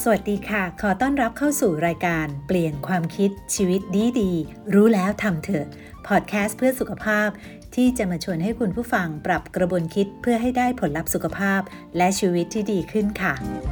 วัสดีค่ะขอต้อนรับเข้าสู่รายการเปลี่ยนความคิดชีวิตดีๆรู้แล้วทำเถอะพอดแคสต์เพื่อสุขภาพที่จะมาชวนให้คุณผู้ฟังปรับกระบวนคิดเพื่อให้ได้ผลลัพธ์สุขภาพและชีวิตที่ดีขึ้นค่ะ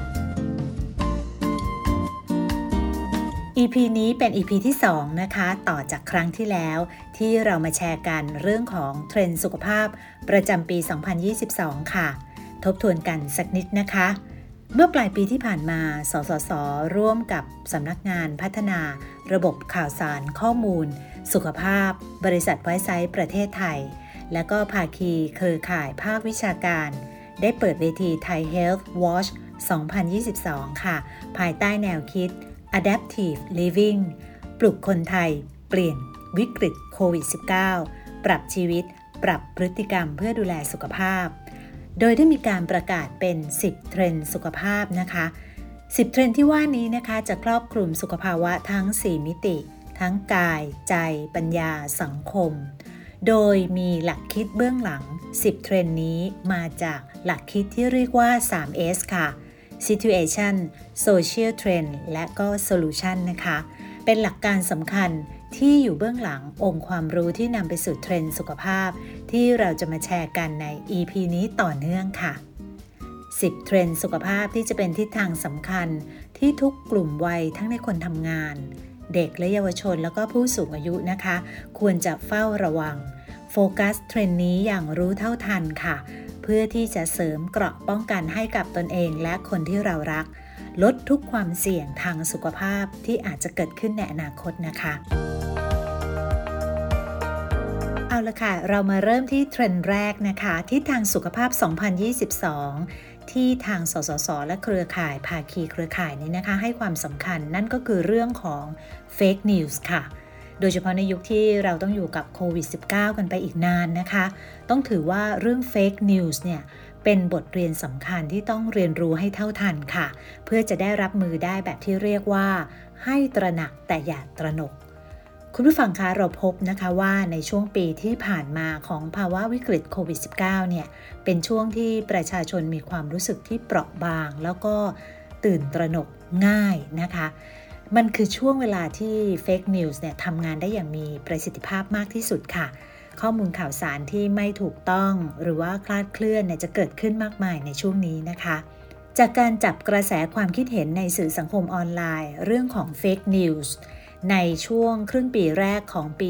EP นี้เป็น EP ที่2นะคะต่อจากครั้งที่แล้วที่เรามาแชร์กันเรื่องของเทรนด์สุขภาพประจำปี 2022 ค่ะทบทวนกันสักนิดนะคะเมื่อปลายปีที่ผ่านมาสสส.ร่วมกับสำนักงานพัฒนาระบบข่าวสารข้อมูลสุขภาพบริษัทไวซ์ไซต์ประเทศไทยและก็ภาคีเครือข่ายภาควิชาการได้เปิดเวที Thai Health Watch 2022 ค่ะภายใต้แนวคิด Adaptive Living ปลุกคนไทยเปลี่ยนวิกฤตโควิด -19 ปรับชีวิตปรับพฤติกรรมเพื่อดูแลสุขภาพโดยได้มีการประกาศเป็น10เทรนด์สุขภาพนะคะ10เทรนด์ที่ว่านี้นะคะจะครอบคลุมสุขภาวะทั้ง4มิติทั้งกายใจปัญญาสังคมโดยมีหลักคิดเบื้องหลัง10เทรนด์นี้มาจากหลักคิดที่เรียกว่า 3S ค่ะ Situation Social Trend และก็ Solution นะคะเป็นหลักการสำคัญที่อยู่เบื้องหลังองค์ความรู้ที่นำไปสู่เทรนด์สุขภาพที่เราจะมาแชร์กันใน EP นี้ต่อเนื่องค่ะ10เทรนด์สุขภาพที่จะเป็นทิศทางสำคัญที่ทุกกลุ่มวัยทั้งในคนทำงานเด็กและเยาวชนแล้วก็ผู้สูงอายุนะคะควรจะเฝ้าระวังโฟกัสเทรนด์นี้อย่างรู้เท่าทันค่ะเพื่อที่จะเสริมเกราะป้องกันให้กับตนเองและคนที่เรารักลดทุกความเสี่ยงทางสุขภาพที่อาจจะเกิดขึ้นในอนาคตนะคะเอาละค่ะเรามาเริ่มที่เทรนด์แรกนะคะทิศทางสุขภาพ 2022 ที่ทางสสส.และเครือข่ายภาคีเครือข่ายนี้นะคะให้ความสำคัญนั่นก็คือเรื่องของ Fake News ค่ะโดยเฉพาะในยุคที่เราต้องอยู่กับโควิด -19 กันไปอีกนานนะคะต้องถือว่าเรื่อง Fake News เนี่ยเป็นบทเรียนสำคัญที่ต้องเรียนรู้ให้เท่าทันค่ะเพื่อจะได้รับมือได้แบบที่เรียกว่าให้ตระหนักแต่อย่าตระหนกคุณผู้ฟังคะเราพบนะคะว่าในช่วงปีที่ผ่านมาของภาวะวิกฤตโควิด -19 เนี่ยเป็นช่วงที่ประชาชนมีความรู้สึกที่เปราะบางแล้วก็ตื่นตระหนกง่ายนะคะมันคือช่วงเวลาที่เฟกนิวส์เนี่ยทำงานได้อย่างมีประสิทธิภาพมากที่สุดค่ะข้อมูลข่าวสารที่ไม่ถูกต้องหรือว่าคลาดเคลื่อนเนี่ยจะเกิดขึ้นมากมายในช่วงนี้นะคะจากการจับกระแสความคิดเห็นในสื่อสังคมออนไลน์เรื่องของเฟกนิวส์ในช่วงครึ่งปีแรกของปี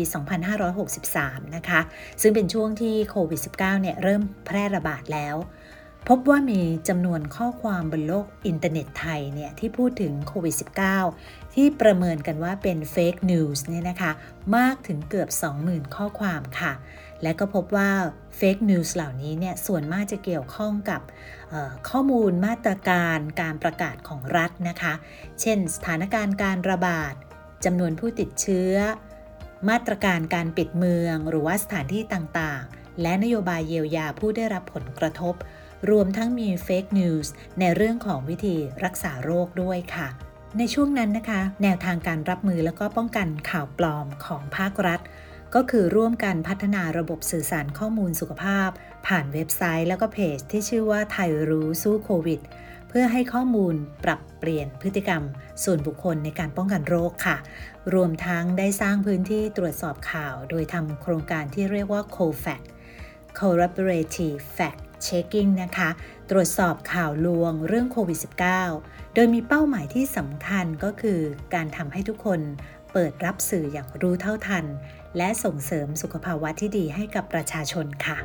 2563 นะคะซึ่งเป็นช่วงที่โควิด -19 เนี่ยเริ่มแพร่ระบาดแล้วพบว่ามีจำนวนข้อความบนโลกอินเทอร์เน็ตไทยเนี่ยที่พูดถึงโควิด -19 ที่ประเมินกันว่าเป็นเฟกนิวส์เนี่ยนะคะมากถึงเกือบ 20,000 ข้อความค่ะและก็พบว่าเฟกนิวส์เหล่านี้เนี่ยส่วนมากจะเกี่ยวข้องกับข้อมูลมาตรการการประกาศของรัฐนะคะเช่นสถานการณ์การระบาดจำนวนผู้ติดเชื้อมาตรการการปิดเมืองหรือว่าสถานที่ต่างๆและนโยบายเยียวยาผู้ได้รับผลกระทบรวมทั้งมีเฟกนิวส์ในเรื่องของวิธีรักษาโรคด้วยค่ะในช่วงนั้นนะคะแนวทางการรับมือและก็ป้องกันข่าวปลอมของภาครัฐก็คือร่วมกันพัฒนาระบบสื่อสารข้อมูลสุขภาพผ่านเว็บไซต์แล้วก็เพจที่ชื่อว่าไทยรู้สู้โควิดเพื่อให้ข้อมูลปรับเปลี่ยนพฤติกรรมส่วนบุคคลในการป้องกันโรคค่ะรวมทั้งได้สร้างพื้นที่ตรวจสอบข่าวโดยทำโครงการที่เรียกว่า CoFact Collaborative Fact Checking นะคะตรวจสอบข่าวลวงเรื่องโควิด -19 โดยมีเป้าหมายที่สำคัญก็คือการทำให้ทุกคนเปิดรับสื่ออย่างรู้เท่าทันและส่งเสริมสุขภาวะที่ดีให้กับประชาชนค่ะ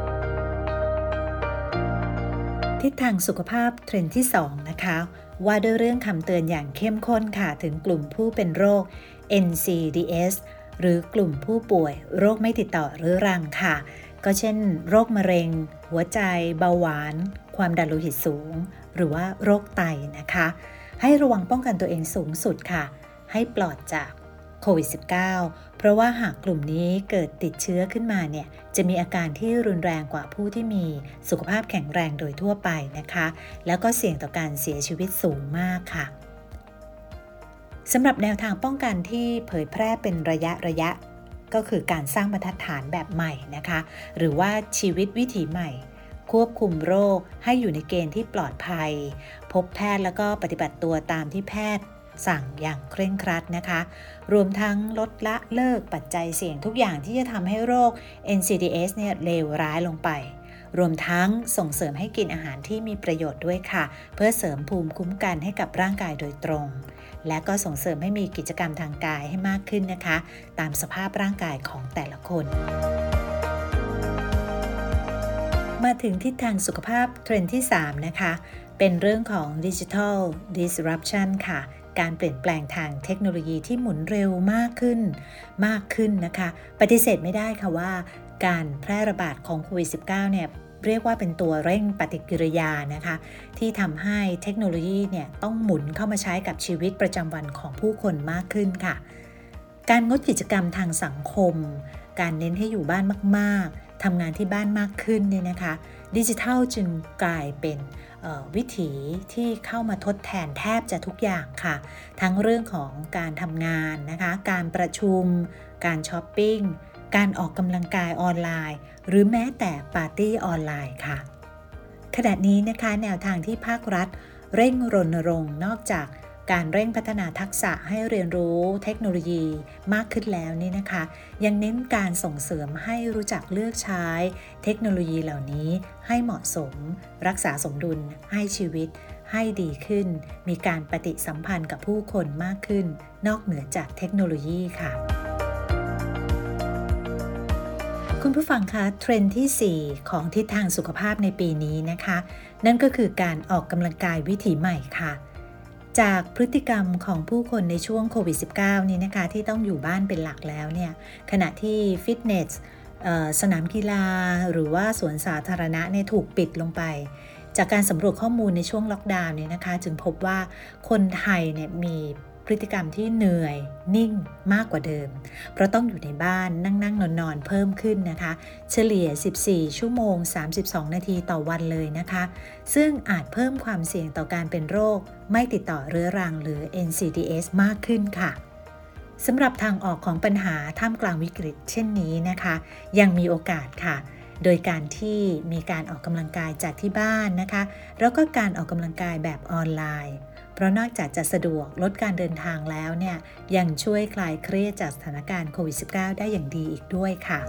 ทิศทางสุขภาพเทรนด์ที่2นะคะว่าด้วยเรื่องคำเตือนอย่างเข้มข้นค่ะถึงกลุ่มผู้เป็นโรค NCDs หรือกลุ่มผู้ป่วยโรคไม่ติดต่อเรื้อรังค่ะก็เช่นโรคมะเร็งหัวใจเบาหวานความดันโลหิตสูงหรือว่าโรคไตนะคะให้ระวังป้องกันตัวเองสูงสุดค่ะให้ปลอดจากโควิด -19 เพราะว่าหากกลุ่มนี้เกิดติดเชื้อขึ้นมาเนี่ยจะมีอาการที่รุนแรงกว่าผู้ที่มีสุขภาพแข็งแรงโดยทั่วไปนะคะแล้วก็เสี่ยงต่อการเสียชีวิตสูงมากค่ะสำหรับแนวทางป้องกันที่เผยแพร่เป็นระยะก็คือการสร้างบรรทัดฐานแบบใหม่นะคะหรือว่าชีวิตวิถีใหม่ควบคุมโรคให้อยู่ในเกณฑ์ที่ปลอดภัยพบแพทย์แล้วก็ปฏิบัติตัวตามที่แพทย์สั่งอย่างเคร่งครัดนะคะรวมทั้งลดละเลิกปัจจัยเสี่ยงทุกอย่างที่จะทำให้โรค NCDs เนี่ยเลวร้ายลงไปรวมทั้งส่งเสริมให้กินอาหารที่มีประโยชน์ด้วยค่ะเพื่อเสริมภูมิคุ้มกันให้กับร่างกายโดยตรงและก็ส่งเสริมให้มีกิจกรรมทางกายให้มากขึ้นนะคะตามสภาพร่างกายของแต่ละคนมาถึงทิศทางสุขภาพเทรนด์ที่3นะคะเป็นเรื่องของ Digital Disruption ค่ะการเปลี่ยนแปลงทางเทคโนโลยีที่หมุนเร็วมากขึ้นนะคะปฏิเสธไม่ได้ค่ะว่าการแพร่ระบาดของโควิด -19 เนี่ยเรียกว่าเป็นตัวเร่งปฏิกิริยานะคะที่ทำให้เทคโนโลยีเนี่ยต้องหมุนเข้ามาใช้กับชีวิตประจำวันของผู้คนมากขึ้นค่ะการงดกิจกรรมทางสังคมการเน้นให้อยู่บ้านมากๆทำงานที่บ้านมากขึ้นเนี่ยนะคะดิจิทัลจึงกลายเป็นวิถีที่เข้ามาทดแทนแทบจะทุกอย่างค่ะทั้งเรื่องของการทำงานนะคะการประชุมการช้อปปิ้งการออกกำลังกายออนไลน์หรือแม้แต่ปาร์ตี้ออนไลน์ค่ะขณะนี้นะคะแนวทางที่ภาครัฐเร่งรณรงค์นอกจากการเร่งพัฒนาทักษะให้เรียนรู้เทคโนโลยีมากขึ้นแล้วนี่นะคะยังเน้นการส่งเสริมให้รู้จักเลือกใช้เทคโนโลยีเหล่านี้ให้เหมาะสมรักษาสมดุลให้ชีวิตให้ดีขึ้นมีการปฏิสัมพันธ์กับผู้คนมากขึ้นนอกเหนือจากเทคโนโลยีค่ะคุณผู้ฟังคะเทรนด์ที่4ของทิศทางสุขภาพในปีนี้นะคะนั่นก็คือการออกกำลังกายวิถีใหม่ค่ะจากพฤติกรรมของผู้คนในช่วงโควิด -19 นี้นะคะที่ต้องอยู่บ้านเป็นหลักแล้วเนี่ยขณะที่ฟิตเนสสนามกีฬาหรือว่าสวนสาธารณะเนี่ยถูกปิดลงไปจากการสำรวจข้อมูลในช่วงล็อกดาวน์เนี่ยนะคะจึงพบว่าคนไทยเนี่ยมีพฤติกรรมที่เหนื่อยนิ่งมากกว่าเดิมเพราะต้องอยู่ในบ้านนั่งนอนเพิ่มขึ้นนะคะเฉลี่ย14ชั่วโมง32นาทีต่อวันเลยนะคะซึ่งอาจเพิ่มความเสี่ยงต่อการเป็นโรคไม่ติดต่อเรื้อรังหรือ NCDs มากขึ้นค่ะสำหรับทางออกของปัญหาท่ามกลางวิกฤตเช่นนี้นะคะยังมีโอกาสค่ะโดยการที่มีการออกกำลังกายจากที่บ้านนะคะแล้วก็การออกกำลังกายแบบออนไลน์เพราะนอกจากจะสะดวกลดการเดินทางแล้วเนี่ยยังช่วยคลายเครียดจากสถานการณ์โควิด -19 ได้อย่างดีอีกด้วยค่ะ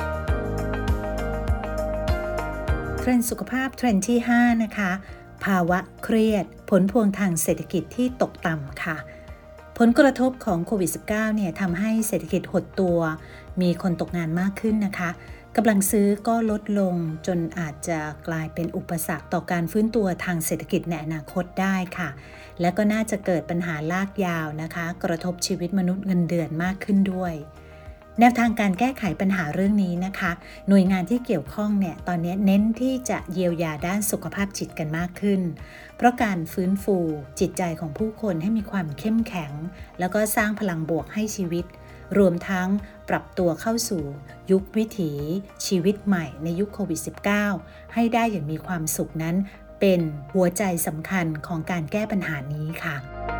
เทรนด์สุขภาพเทรนด์ที่5นะคะภาวะเครียดผลพวงทางเศรษฐกิจที่ตกต่ำค่ะผลกระทบของโควิด -19 เนี่ยทำให้เศรษฐกิจหดตัวมีคนตกงานมากขึ้นนะคะกำลังซื้อก็ลดลงจนอาจจะกลายเป็นอุปสรรคต่อการฟื้นตัวทางเศรษฐกิจในอนาคตได้ค่ะและก็น่าจะเกิดปัญหาลากยาวนะคะกระทบชีวิตมนุษย์เงินเดือนมากขึ้นด้วยแนวทางการแก้ไขปัญหาเรื่องนี้นะคะหน่วยงานที่เกี่ยวข้องเนี่ยตอนนี้เน้นที่จะเยียวยาด้านสุขภาพจิตกันมากขึ้นเพราะการฟื้นฟูจิตใจของผู้คนให้มีความเข้มแข็งแล้วก็สร้างพลังบวกให้ชีวิตรวมทั้งปรับตัวเข้าสู่ยุควิถีชีวิตใหม่ในยุคโควิด -19 ให้ได้อย่างมีความสุขนั้นเป็นหัวใจสำคัญของการแก้ปัญหานี้ค่ะ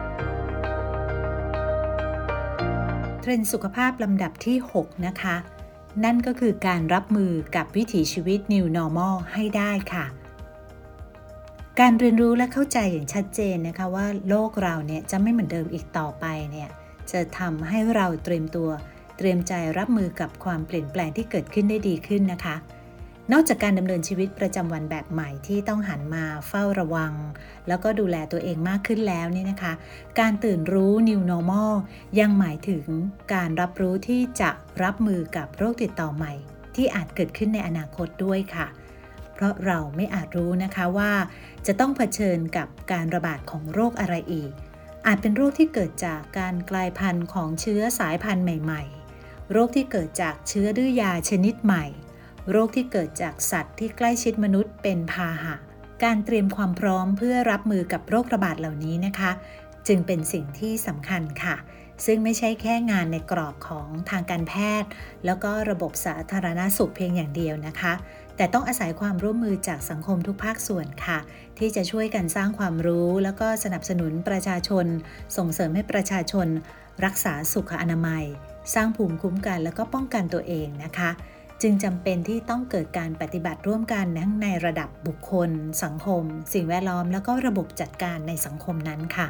เทรนด์สุขภาพลำดับที่6นะคะนั่นก็คือการรับมือกับวิถีชีวิต New Normal ให้ได้ค่ะการเรียนรู้และเข้าใจอย่างชัดเจนนะคะว่าโลกเราเนี่ยจะไม่เหมือนเดิมอีกต่อไปเนี่ยจะทำให้เราเตรียมใจรับมือกับความเปลี่ยนแปลงที่เกิดขึ้นได้ดีขึ้นนะคะนอกจากการดำเนินชีวิตประจำวันแบบใหม่ที่ต้องหันมาเฝ้าระวังแล้วก็ดูแลตัวเองมากขึ้นแล้วนี่นะคะการตื่นรู้ New Normal ยังหมายถึงการรับรู้ที่จะรับมือกับโรคติดต่อใหม่ที่อาจเกิดขึ้นในอนาคตด้วยค่ะเพราะเราไม่อาจรู้นะคะว่าจะต้องเผชิญกับการระบาดของโรคอะไรอีกอาจเป็นโรคที่เกิดจากการกลายพันธุ์ของเชื้อสายพันธุ์ใหม่ๆโรคที่เกิดจากเชื้อดื้อยาชนิดใหม่โรคที่เกิดจากสัตว์ที่ใกล้ชิดมนุษย์เป็นพาหะการเตรียมความพร้อมเพื่อรับมือกับโรคระบาดเหล่านี้นะคะจึงเป็นสิ่งที่สำคัญค่ะซึ่งไม่ใช่แค่งานในกรอบของทางการแพทย์แล้วก็ระบบสาธารณสุขเพียงอย่างเดียวนะคะแต่ต้องอาศัยความร่วมมือจากสังคมทุกภาคส่วนค่ะที่จะช่วยกันสร้างความรู้แล้วก็สนับสนุนประชาชนส่งเสริมให้ประชาชนรักษาสุขอนามัยสร้างภูมิคุ้มกันแล้วก็ป้องกันตัวเองนะคะจึงจำเป็นที่ต้องเกิดการปฏิบัติร่วมกันทั้งในระดับบุคคลสังคมสิ่งแวดล้อมแล้วก็ระบบจัดการในสังคมนั้นค่ะ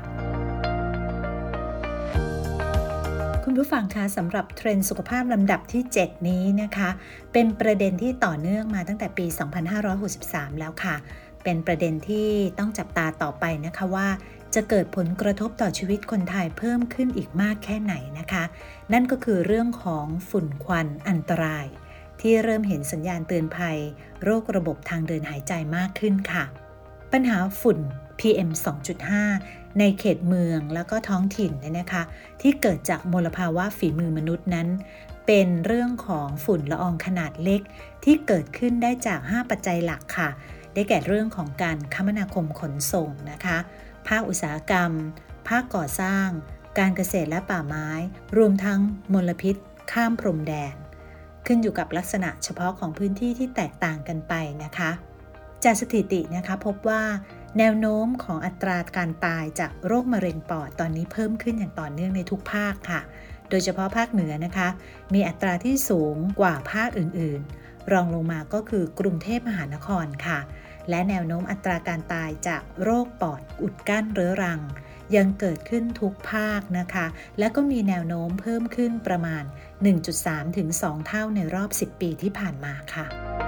คุณผู้ฟังคะสำหรับเทรนด์สุขภาพลำดับที่ 7 นี้นะคะเป็นประเด็นที่ต่อเนื่องมาตั้งแต่ปี 2563 แล้วค่ะเป็นประเด็นที่ต้องจับตาต่อไปนะคะว่าจะเกิดผลกระทบต่อชีวิตคนไทยเพิ่มขึ้นอีกมากแค่ไหนนะคะนั่นก็คือเรื่องของฝุ่นควันอันตรายที่เริ่มเห็นสัญญาณเตือนภัยโรคระบบทางเดินหายใจมากขึ้นค่ะปัญหาฝุ่น PM 2.5 ในเขตเมืองแล้วก็ท้องถิ่นนะคะที่เกิดจากมลภาวะฝีมือมนุษย์นั้นเป็นเรื่องของฝุ่นละอองขนาดเล็กที่เกิดขึ้นได้จาก 5 ปัจจัยหลักค่ะได้แก่เรื่องของการคมนาคมขนส่งนะคะภาคอุตสาหกรรมภาคก่อสร้างการเกษตรและป่าไม้รวมทั้งมลพิษข้ามพรมแดนขึ้นอยู่กับลักษณะเฉพาะของพื้นที่ที่แตกต่างกันไปนะคะจากสถิตินะคะพบว่าแนวโน้มของอัตราการตายจากโรคมะเร็งปอดตอนนี้เพิ่มขึ้นอย่างต่อเนื่องในทุกภาคค่ะโดยเฉพาะภาคเหนือนะคะมีอัตราที่สูงกว่าภาคอื่นๆรองลงมาก็คือกรุงเทพมหานครค่ะและแนวโน้มอัตราการตายจากโรคปอดอุดกั้นเรื้อรังยังเกิดขึ้นทุกภาคนะคะและก็มีแนวโน้มเพิ่มขึ้นประมาณ 1.3 ถึง 2 เท่าในรอบ 10 ปีที่ผ่านมาค่ะ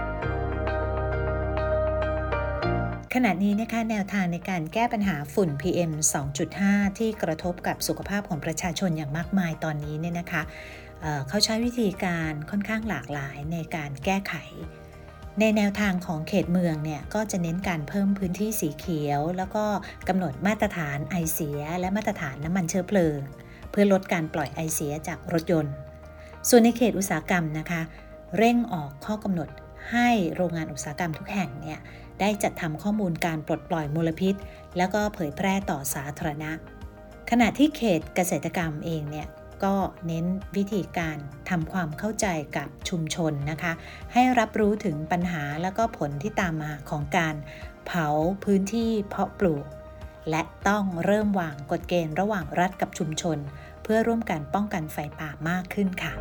ขณะนี้นะคะแนวทางในการแก้ปัญหาฝุ่น PM 2.5 ที่กระทบกับสุขภาพของประชาชนอย่างมากมายตอนนี้เนี่ยนะคะเขาใช้วิธีการค่อนข้างหลากหลายในการแก้ไขในแนวทางของเขตเมืองเนี่ยก็จะเน้นการเพิ่มพื้นที่สีเขียวแล้วก็กำหนดมาตรฐานไอเสียและมาตรฐานน้ำมันเชื้อเพลิงเพื่อลดการปล่อยไอเสียจากรถยนต์ส่วนในเขตอุตสาหกรรมนะคะเร่งออกข้อกำหนดให้โรงงานอุตสาหกรรมทุกแห่งเนี่ยได้จัดทำข้อมูลการปลดปล่อยมลพิษแล้วก็เผยแพร่ต่อสาธารณะขณะที่เขตเกษตรกรรมเองเนี่ยก็เน้นวิธีการทำความเข้าใจกับชุมชนนะคะให้รับรู้ถึงปัญหาแล้วก็ผลที่ตามมาของการเผาพื้นที่เพาะปลูกและต้องเริ่มวางกฎเกณฑ์ระหว่างรัฐกับชุมชนเพื่อร่วมกันป้องกันไฟป่ามากขึ้นค่ะ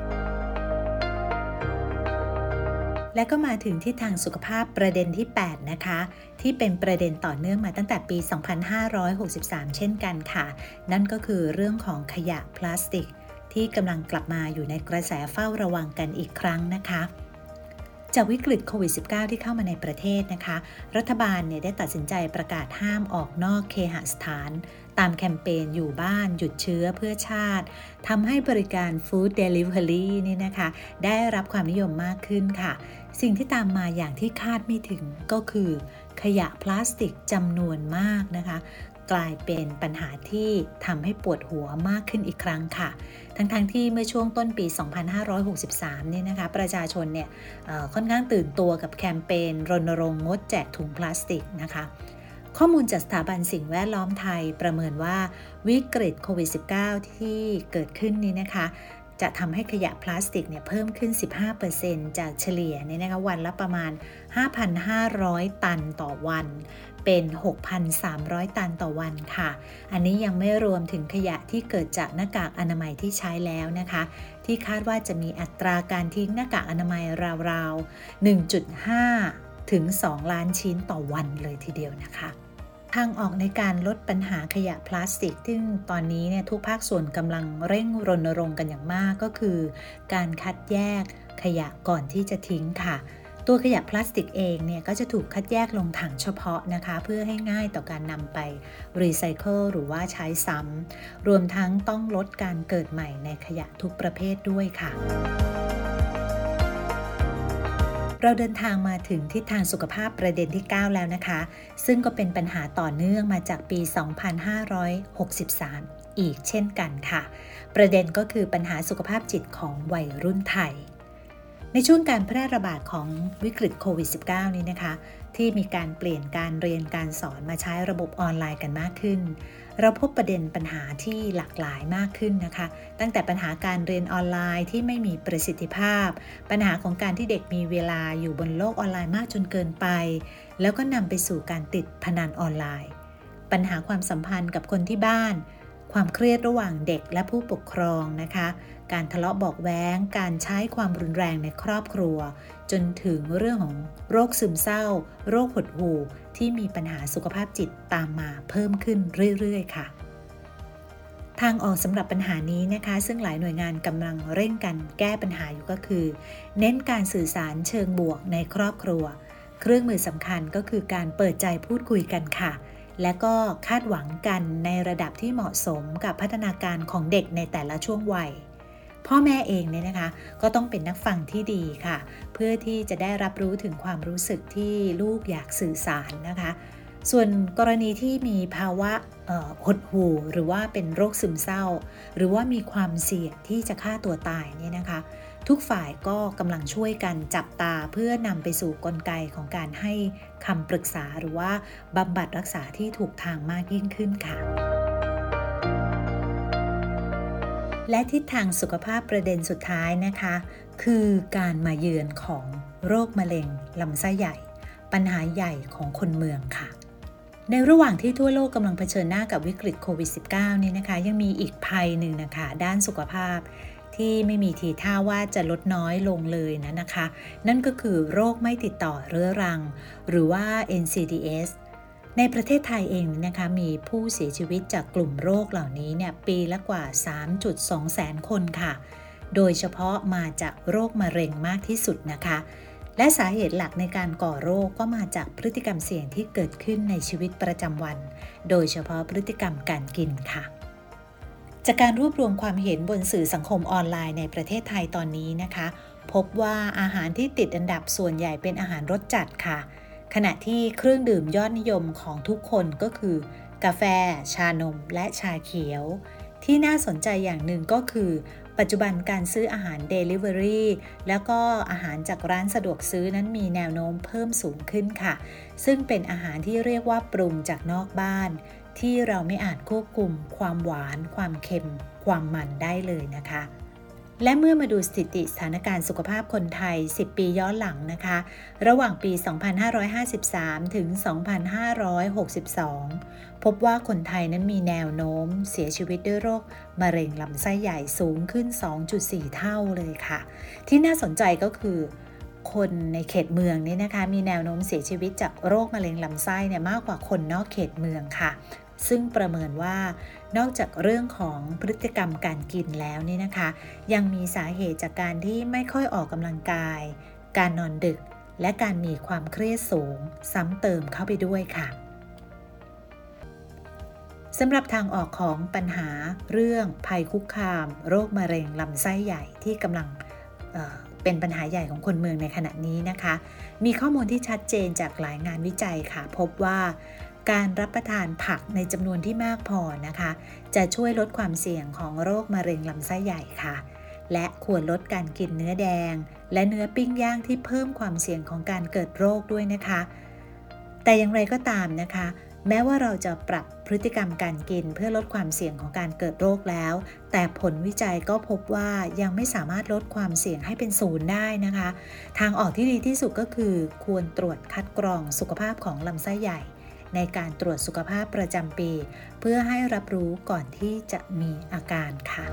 และก็มาถึงที่ทางสุขภาพประเด็นที่ 8 นะคะที่เป็นประเด็นต่อเนื่องมาตั้งแต่ปี 2563 เช่นกันค่ะนั่นก็คือเรื่องของขยะพลาสติกที่กำลังกลับมาอยู่ในกระแสเฝ้าระวังกันอีกครั้งนะคะจากวิกฤตโควิด -19 ที่เข้ามาในประเทศนะคะรัฐบาลเนี่ยได้ตัดสินใจประกาศห้ามออกนอกเคหสถานตามแคมเปญอยู่บ้านหยุดเชื้อเพื่อชาติทำให้บริการฟู้ดเดลิเวอรี่นี่นะคะได้รับความนิยมมากขึ้นค่ะสิ่งที่ตามมาอย่างที่คาดไม่ถึงก็คือขยะพลาสติกจำนวนมากนะคะกลายเป็นปัญหาที่ทำให้ปวดหัวมากขึ้นอีกครั้งค่ะทั้งที่เมื่อช่วงต้นปี 2563 เนี่ยนะคะประชาชนเนี่ยค่อนข้างตื่นตัวกับแคมเปญรณรงค์งดแจกถุงพลาสติกนะคะข้อมูลจากสถาบันสิ่งแวดล้อมไทยประเมินว่าวิกฤตโควิด -19 ที่เกิดขึ้นนี้นะคะจะทำให้ขยะพลาสติกเนี่ยเพิ่มขึ้น 15% จากเฉลี่ยเนี่ยนะคะวันละประมาณ 5,500 ตันต่อวันเป็น 6,300 ตันต่อวันค่ะอันนี้ยังไม่รวมถึงขยะที่เกิดจากหน้ากากอนามัยที่ใช้แล้วนะคะที่คาดว่าจะมีอัตราการทิ้งหน้ากากอนามัยราวๆ 1.5 ถึง 2 ล้านชิ้นต่อวันเลยทีเดียวนะคะทางออกในการลดปัญหาขยะพลาสติกซึ่งตอนนี้เนี่ยทุกภาคส่วนกำลังเร่งรณรงค์กันอย่างมากก็คือการคัดแยกขยะก่อนที่จะทิ้งค่ะตัวขยะพลาสติกเองเนี่ยก็จะถูกคัดแยกลงถังเฉพาะนะคะเพื่อให้ง่ายต่อการนำไปรีไซเคิลหรือว่าใช้ซ้ำรวมทั้งต้องลดการเกิดใหม่ในขยะทุกประเภทด้วยค่ะเราเดินทางมาถึงทิศทางสุขภาพประเด็นที่ 9 แล้วนะคะซึ่งก็เป็นปัญหาต่อเนื่องมาจากปี 2563 อีกเช่นกันค่ะประเด็นก็คือปัญหาสุขภาพจิตของวัยรุ่นไทยในช่วงการแพร่ระบาดของวิกฤตโควิด -19 นี้นะคะที่มีการเปลี่ยนการเรียนการสอนมาใช้ระบบออนไลน์กันมากขึ้นเราพบประเด็นปัญหาที่หลากหลายมากขึ้นนะคะตั้งแต่ปัญหาการเรียนออนไลน์ที่ไม่มีประสิทธิภาพปัญหาของการที่เด็กมีเวลาอยู่บนโลกออนไลน์มากจนเกินไปแล้วก็นำไปสู่การติดพนันออนไลน์ปัญหาความสัมพันธ์กับคนที่บ้านความเครียดระหว่างเด็กและผู้ปกครองนะคะการทะเลาะเบาะแว้งการใช้ความรุนแรงในครอบครัวจนถึงเรื่องของโรคซึมเศร้าโรคหดหู่ที่มีปัญหาสุขภาพจิตตามมาเพิ่มขึ้นเรื่อยๆค่ะทางออกสำหรับปัญหานี้นะคะซึ่งหลายหน่วยงานกำลังเร่งกันแก้ปัญหาอยู่ก็คือเน้นการสื่อสารเชิงบวกในครอบครัวเครื่องมือสำคัญก็คือการเปิดใจพูดคุยกันค่ะและก็คาดหวังกันในระดับที่เหมาะสมกับพัฒนาการของเด็กในแต่ละช่วงวัยพ่อแม่เองเนี่ยนะคะก็ต้องเป็นนักฟังที่ดีค่ะเพื่อที่จะได้รับรู้ถึงความรู้สึกที่ลูกอยากสื่อสารนะคะส่วนกรณีที่มีภาวะหดหู่หรือว่าเป็นโรคซึมเศร้าหรือว่ามีความเสี่ยงที่จะฆ่าตัวตายเนี่ยนะคะทุกฝ่ายก็กำลังช่วยกันจับตาเพื่อนำไปสู่กลไกของการให้คำปรึกษาหรือว่าบำบัดรักษาที่ถูกทางมากยิ่งขึ้นค่ะและทิศทางสุขภาพประเด็นสุดท้ายนะคะคือการมาเยือนของโรคมะเร็งลำไส้ใหญ่ปัญหาใหญ่ของคนเมืองค่ะในระหว่างที่ทั่วโลกกำลังเผชิญหน้ากับวิกฤตโควิด -19 นี่นะคะยังมีอีกภัยหนึ่งนะคะด้านสุขภาพที่ไม่มีทีท่าว่าจะลดน้อยลงเลยนะคะนั่นก็คือโรคไม่ติดต่อเรื้อรังหรือว่า NCDs ในประเทศไทยเองนะคะมีผู้เสียชีวิตจากกลุ่มโรคเหล่านี้เนี่ยปีละกว่า 3.2 แสนคนค่ะโดยเฉพาะมาจากโรคมะเร็งมากที่สุดนะคะและสาเหตุหลักในการก่อโรคก็มาจากพฤติกรรมเสี่ยงที่เกิดขึ้นในชีวิตประจำวันโดยเฉพาะพฤติกรรมการกินค่ะจากการรวบรวมความเห็นบนสื่อสังคมออนไลน์ในประเทศไทยตอนนี้นะคะพบว่าอาหารที่ติดอันดับส่วนใหญ่เป็นอาหารรสจัดค่ะขณะที่เครื่องดื่มยอดนิยมของทุกคนก็คือกาแฟชานมและชาเขียวที่น่าสนใจอย่างหนึ่งก็คือปัจจุบันการซื้ออาหาร Delivery แล้วก็อาหารจากร้านสะดวกซื้อนั้นมีแนวโน้มเพิ่มสูงขึ้นค่ะซึ่งเป็นอาหารที่เรียกว่าปรุงจากนอกบ้านที่เราไม่อาจควบคุมความหวานความเค็มความมันได้เลยนะคะและเมื่อมาดูสถิติสถานการณ์สุขภาพคนไทย10ปีย้อนหลังนะคะระหว่างปี2553ถึง2562พบว่าคนไทยนั้นมีแนวโน้มเสียชีวิตด้วยโรคมะเร็งลำไส้ใหญ่สูงขึ้น 2.4 เท่าเลยค่ะที่น่าสนใจก็คือคนในเขตเมืองนี่นะคะมีแนวโน้มเสียชีวิตจากโรคมะเร็งลำไส้เนี่ยมากกว่าคนนอกเขตเมืองค่ะซึ่งประเมินว่านอกจากเรื่องของพฤติกรรมการกินแล้วนี่นะคะยังมีสาเหตุจากการที่ไม่ค่อยออกกำลังกายการนอนดึกและการมีความเครียดสูงซ้ำเติมเข้าไปด้วยค่ะสำหรับทางออกของปัญหาเรื่องภัยคุกคามโรคมะเร็งลำไส้ใหญ่ที่กำลังเป็นปัญหาใหญ่ของคนเมืองในขณะนี้นะคะมีข้อมูลที่ชัดเจนจากหลายงานวิจัยค่ะพบว่าการรับประทานผักในจำนวนที่มากพอนะคะจะช่วยลดความเสี่ยงของโรคมะเร็งลำไส้ใหญ่ค่ะและควรลดการกินเนื้อแดงและเนื้อปิ้งย่างที่เพิ่มความเสี่ยงของการเกิดโรคด้วยนะคะแต่อย่างไรก็ตามนะคะแม้ว่าเราจะปรับพฤติกรรมการกินเพื่อลดความเสี่ยงของการเกิดโรคแล้วแต่ผลวิจัยก็พบว่ายังไม่สามารถลดความเสี่ยงให้เป็นศูนย์ได้นะคะทางออกที่ดีที่สุดก็คือควรตรวจคัดกรองสุขภาพของลำไส้ใหญ่ในการตรวจสุขภาพประจำปีเพื่อให้รับรู้ก่อนที่จะมีอาการค่ะ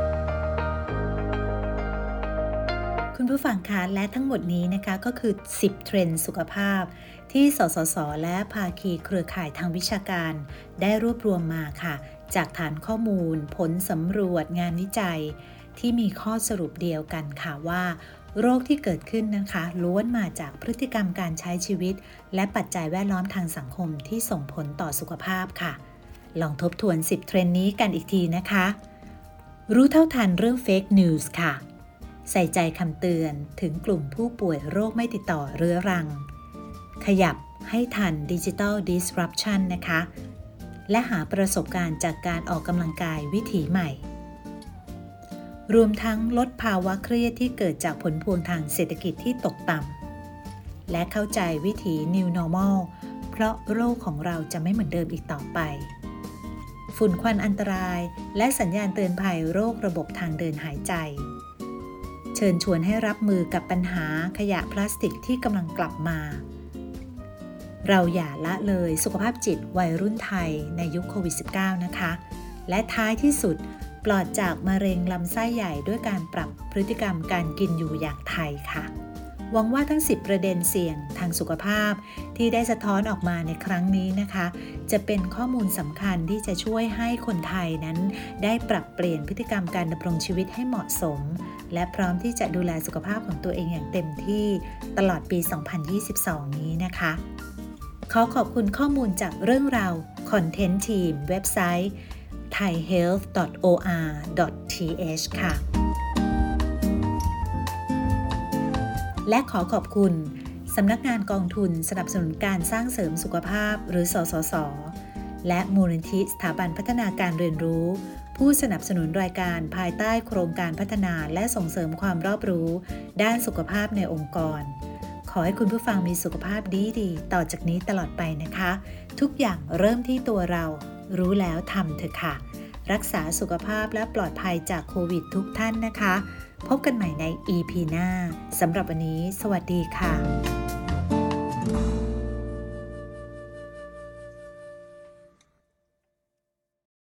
คุณผู้ฟังคะและทั้งหมดนี้นะคะก็คือ10เทรนด์สุขภาพที่สสส.และภาคีเครือข่ายทางวิชาการได้รวบรวมมาค่ะจากฐานข้อมูลผลสำรวจงานวิจัยที่มีข้อสรุปเดียวกันค่ะว่าโรคที่เกิดขึ้นนะคะล้วนมาจากพฤติกรรมการใช้ชีวิตและปัจจัยแวดล้อมทางสังคมที่ส่งผลต่อสุขภาพค่ะลองทบทวน10เทรนด์นี้กันอีกทีนะคะรู้เท่าทันเรื่องเฟกนิวส์ค่ะใส่ใจคำเตือนถึงกลุ่มผู้ป่วยโรคไม่ติดต่อเรื้อรังขยับให้ทัน Digital Disruption นะคะและหาประสบการณ์จากการออกกำลังกายวิถีใหม่รวมทั้งลดภาวะเครียดที่เกิดจากผลพวงทางเศรษฐกิจที่ตกต่ำและเข้าใจวิถี New Normal เพราะโรคของเราจะไม่เหมือนเดิมอีกต่อไปฝุ่นควันอันตรายและสัญญาณเตือนภัยโรคระบบทางเดินหายใจเชิญชวนให้รับมือกับปัญหาขยะพลาสติกที่กำลังกลับมาเราอย่าละเลยสุขภาพจิตวัยรุ่นไทยในยุคโควิด -19 นะคะและท้ายที่สุดปลอดจากมะเร็งลำไส้ใหญ่ด้วยการปรับพฤติกรรมการกินอยู่อย่างไทยค่ะหวังว่าทั้ง10ประเด็นเสี่ยงทางสุขภาพที่ได้สะท้อนออกมาในครั้งนี้นะคะจะเป็นข้อมูลสำคัญที่จะช่วยให้คนไทยนั้นได้ปรับเปลี่ยนพฤติกรรมการดำรงชีวิตให้เหมาะสมและพร้อมที่จะดูแลสุขภาพของตัวเองอย่างเต็มที่ตลอดปี 2022 นี้นะคะขอขอบคุณข้อมูลจากเรื่องราวคอนเทนต์ทีมเว็บไซต์ thaihealth.or.th ค่ะและขอขอบคุณสำนักงานกองทุนสนับสนุนการสร้างเสริมสุขภาพหรือสสส.และมูลนิธิสถาบันพัฒนาการเรียนรู้ผู้สนับสนุนรายการภายใต้โครงการพัฒนาและส่งเสริมความรอบรู้ด้านสุขภาพในองค์กรขอให้คุณผู้ฟังมีสุขภาพดีๆต่อจากนี้ตลอดไปนะคะทุกอย่างเริ่มที่ตัวเรารู้แล้วทำเถอะค่ะรักษาสุขภาพและปลอดภัยจากโควิดทุกท่านนะคะพบกันใหม่ใน EP หน้าสำหรับวันนี้สวัสดีค่ะ